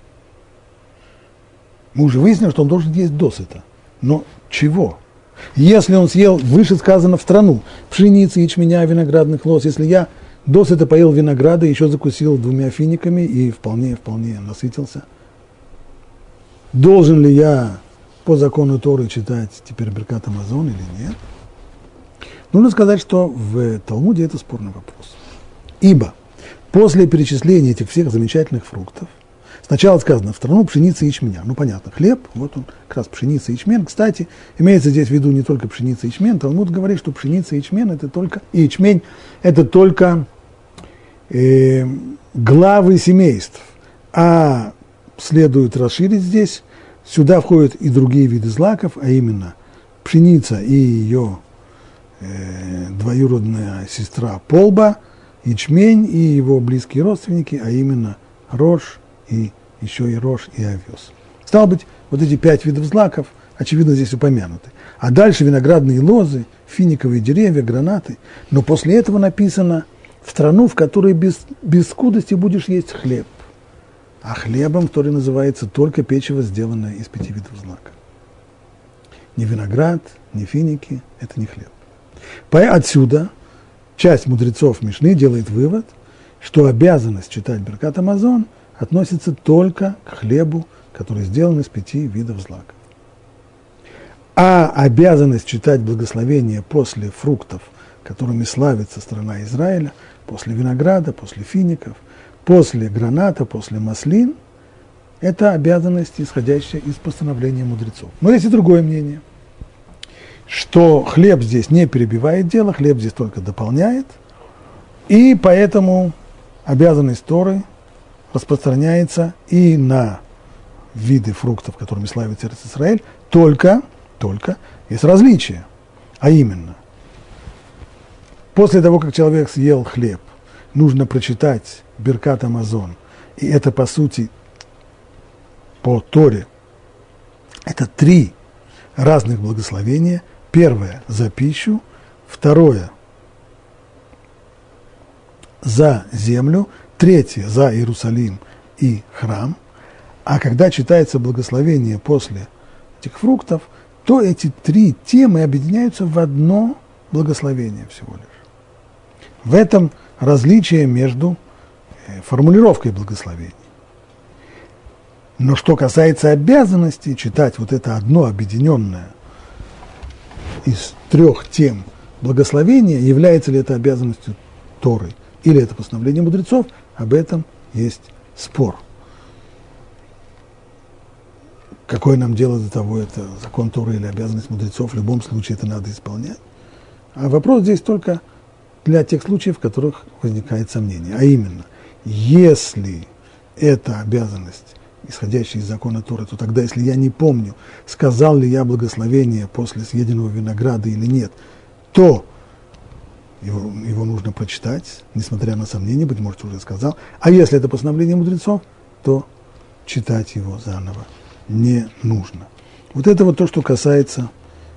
Мы уже выяснили, что он должен есть досыта. Но чего? Если он съел, выше сказано, в страну, пшеницы, ячменя, виноградных лоз, если я досыта поел винограда, еще закусил 2 финиками и вполне насытился, должен ли я по закону Торы читать теперь Беркат Амазон или нет? Нужно сказать, что в Талмуде это спорный вопрос. Ибо после перечисления этих всех замечательных фруктов, сначала сказано, в страну пшеницы и ячменя. Ну, понятно, хлеб, вот он, как раз пшеница и ячмень. Кстати, имеется здесь в виду не только пшеница и ячмень. Талмуд говорит, что пшеница и ячмень это только, и ячмень это только главы семейств. А следует расширить здесь, сюда входят и другие виды злаков, а именно пшеница и ее двоюродная сестра полба, ячмень и его близкие родственники, а именно рожь, и еще и рожь, и овес. Стало быть, вот эти 5 видов злаков, очевидно, здесь упомянуты. А дальше виноградные лозы, финиковые деревья, гранаты. Но после этого написано, в страну, в которой без скудости будешь есть хлеб. А хлебом в Торе называется только печево, сделанное из 5 видов злака. Ни виноград, ни финики – это не хлеб. Отсюда часть мудрецов Мишны делает вывод, что обязанность читать Беркат Амазон относится только к хлебу, который сделан из 5 видов злаков. А обязанность читать благословение после фруктов, которыми славится страна Израиля, после винограда, после фиников, после граната, после маслин, это обязанность, исходящая из постановления мудрецов. Но есть и другое мнение, что хлеб здесь не перебивает дело, хлеб здесь только дополняет, и поэтому обязанность Торы распространяется и на виды фруктов, которыми славится Эрец-Исраэль, только есть различия. А именно, после того, как человек съел хлеб, нужно прочитать Беркат Амазон. И это, по сути, по Торе, это 3 разных благословения. Первое – за пищу, второе – за землю, третье – за Иерусалим и храм. А когда читается благословение после этих фруктов, то эти 3 темы объединяются в одно благословение всего лишь. В этом различие между формулировкой благословений. Но что касается обязанности читать вот это одно объединенное из 3 тем благословения, является ли это обязанностью Торы или это постановление мудрецов, об этом есть спор. Какое нам дело до того, это закон Торы или обязанность мудрецов, в любом случае это надо исполнять. А вопрос здесь только для тех случаев, в которых возникает сомнение. А именно, если это обязанность, исходящая из закона Торы, то тогда, если я не помню, сказал ли я благословение после съеденного винограда или нет, то его нужно прочитать, несмотря на сомнения, быть может, уже сказал. А если это постановление мудрецов, то читать его заново не нужно. Вот это вот то, что касается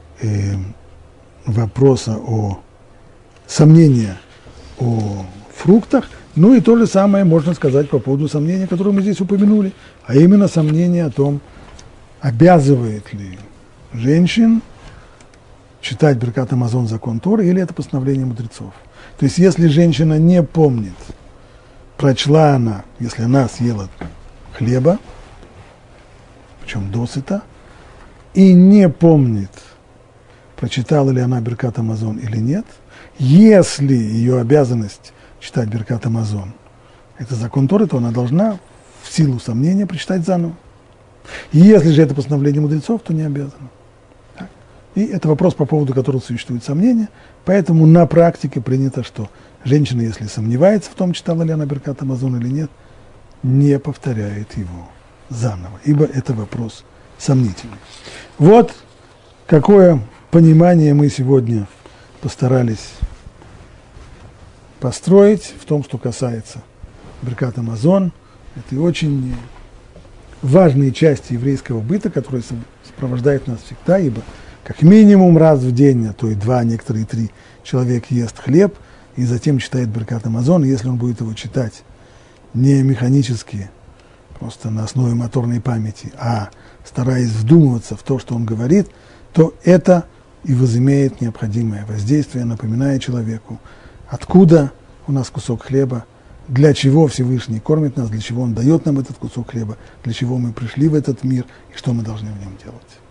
вопроса о сомнения о фруктах. Ну и то же самое можно сказать по поводу сомнения, которое мы здесь упомянули, а именно сомнение о том, обязывает ли женщин читать Беркат Амазон, закон Торы, или это постановление мудрецов. То есть, если женщина не помнит, прочла она, если она съела хлеба, причем досыта, и не помнит, прочитала ли она Беркат Амазон или нет, если ее обязанность читать Беркат Амазон это закон Торы, то она должна в силу сомнения прочитать заново. Если же это постановление мудрецов, то не обязана. Так. И это вопрос, по поводу которого существует сомнение. Поэтому на практике принято, что женщина, если сомневается в том, читала ли она Беркат Амазон или нет, не повторяет его заново, ибо это вопрос сомнительный. Вот какое понимание мы сегодня постарались построить в том, что касается Беркат Амазон, этой очень важные части еврейского быта, которые сопровождают нас всегда, ибо как минимум раз в день, а то и 2, некоторые 3, человек ест хлеб и затем читает Беркат Амазон. Если он будет его читать не механически, просто на основе моторной памяти, а стараясь вдумываться в то, что он говорит, то это и возымеет необходимое воздействие, напоминая человеку, откуда у нас кусок хлеба, для чего Всевышний кормит нас, для чего Он дает нам этот кусок хлеба, для чего мы пришли в этот мир и что мы должны в нем делать.